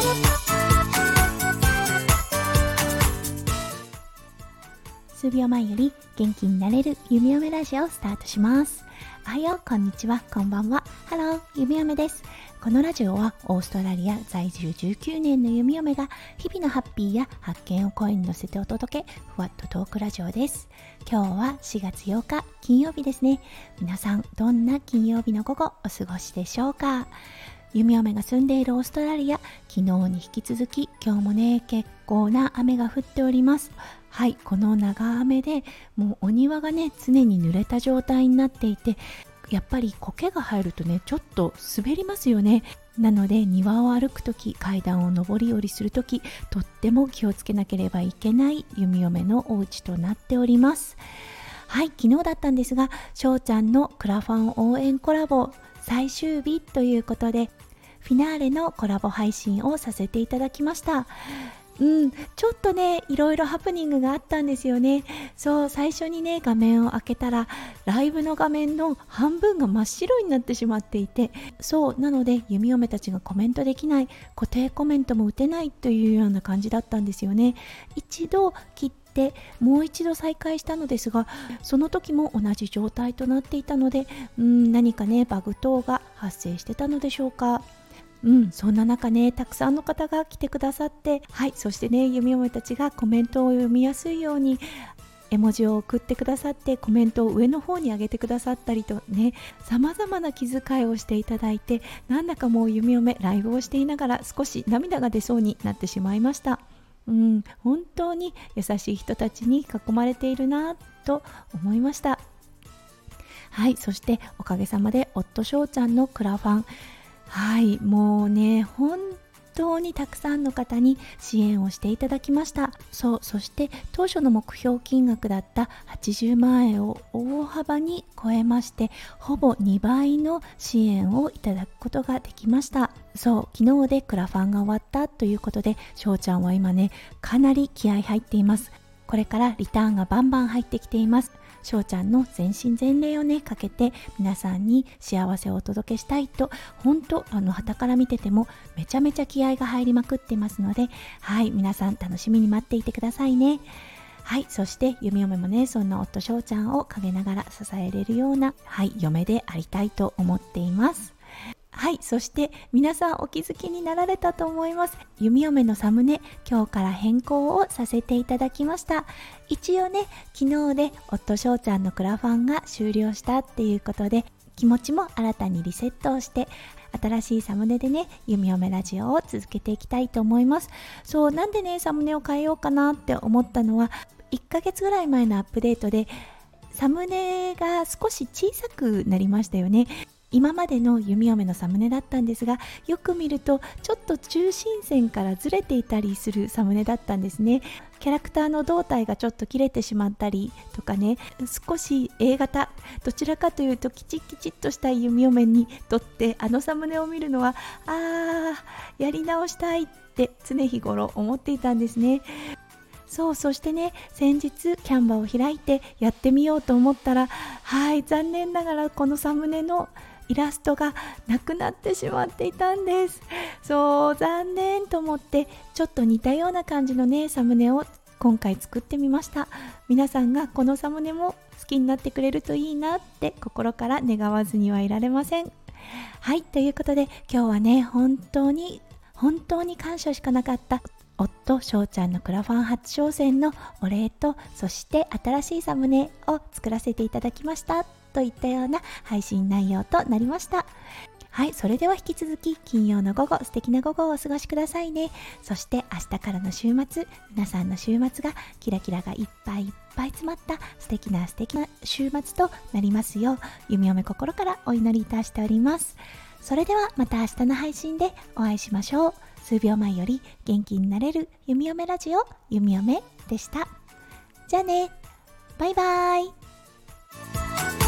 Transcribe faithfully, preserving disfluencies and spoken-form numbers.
数秒前より元気になれる弓嫁ラジオをスタートします。おはよう、こんにちは、こんばんは。ハロー、弓嫁です。このラジオはオーストラリア在住じゅうきゅうねんの弓嫁が日々のハッピーや発見を声に乗せてお届け、ふわっとトークラジオです。今日はしがつようか金曜日ですね。皆さんどんな金曜日の午後お過ごしでしょうか。弓嫁が住んでいるオーストラリア、昨日に引き続き今日もね結構な雨が降っております。はい、この長雨でもうお庭がね常に濡れた状態になっていて、やっぱり苔が入るとねちょっと滑りますよね。なので庭を歩くとき、階段を上り下りするとき、とっても気をつけなければいけない弓嫁のお家となっております。はい、昨日だったんですが、しょうちゃんのクラファン応援コラボ最終日ということで、フィナーレのコラボ配信をさせていただきました。うん、ちょっとねいろいろハプニングがあったんですよね。そう、最初にね画面を開けたらライブの画面の半分が真っ白になってしまっていて、そうなので弓嫁たちがコメントできない、固定コメントも打てないというような感じだったんですよね。一度切ってもう一度再開したのですが、その時も同じ状態となっていたので、うん、何かねバグ等が発生してたのでしょうか。うん、そんな中ねたくさんの方が来てくださって、はい、そしてね弓嫁たちがコメントを読みやすいように絵文字を送ってくださって、コメントを上の方に上げてくださったりとね、様々な気遣いをしていただいて、なんだかもう弓嫁ライブをしていながら少し涙が出そうになってしまいました。うん、本当に優しい人たちに囲まれているなと思いました。はい、そしておかげさまで夫しょうちゃんのクラファン、はい、もうね本当にたくさんの方に支援をしていただきました。そう、そして当初の目標金額だったはちじゅうまんえんを大幅に超えまして、ほぼにばいの支援をいただくことができました。そう、昨日でクラファンが終わったということで、しょうちゃんは今ねかなり気合入っています。これからリターンがバンバン入ってきています。しょうちゃんの全身全霊をねかけて皆さんに幸せをお届けしたいと、本当あの傍から見ててもめちゃめちゃ気合が入りまくってますので、はい、皆さん楽しみに待っていてくださいね。はい、そして弓嫁もねそんな夫しょうちゃんを陰ながら支えれるような、はい、嫁でありたいと思っています。はい、そして皆さんお気づきになられたと思います。弓嫁のサムネ、今日から変更をさせていただきました。一応ね昨日で夫しょうちゃんのクラファンが終了したっていうことで、気持ちも新たにリセットをして新しいサムネでね弓嫁ラジオを続けていきたいと思います。そう、なんでねサムネを変えようかなって思ったのは、いっかげつぐらい前のアップデートでサムネが少し小さくなりましたよね。今までの弓嫁のサムネだったんですが、よく見るとちょっと中心線からずれていたりするサムネだったんですね。キャラクターの胴体がちょっと切れてしまったりとかね、少し エー 型、どちらかというとキチッキチッとした弓嫁にとってあのサムネを見るのはあーやり直したいって常日頃思っていたんですね。そう、そしてね先日キャンバを開いてやってみようと思ったら、はい残念ながらこのサムネのイラストがなくなってしまっていたんです。そう残念と思って、ちょっと似たような感じのねサムネを今回作ってみました。皆さんがこのサムネも好きになってくれるといいなって心から願わずにはいられません。はい、ということで今日はね本当に本当に感謝しかなかった夫しょうちゃんのクラファン初挑戦のお礼と、そして新しいサムネを作らせていただきましたといったような配信内容となりました。はい、それでは引き続き金曜の午後、素敵な午後をお過ごしくださいね。そして明日からの週末、皆さんの週末がキラキラがいっぱいいっぱい詰まった素敵な素敵な週末となりますよう、弓嫁心からお祈りいたしております。それではまた明日の配信でお会いしましょう。数秒前より元気になれる弓嫁ラジオ、弓嫁でした。じゃあね、バイバイ。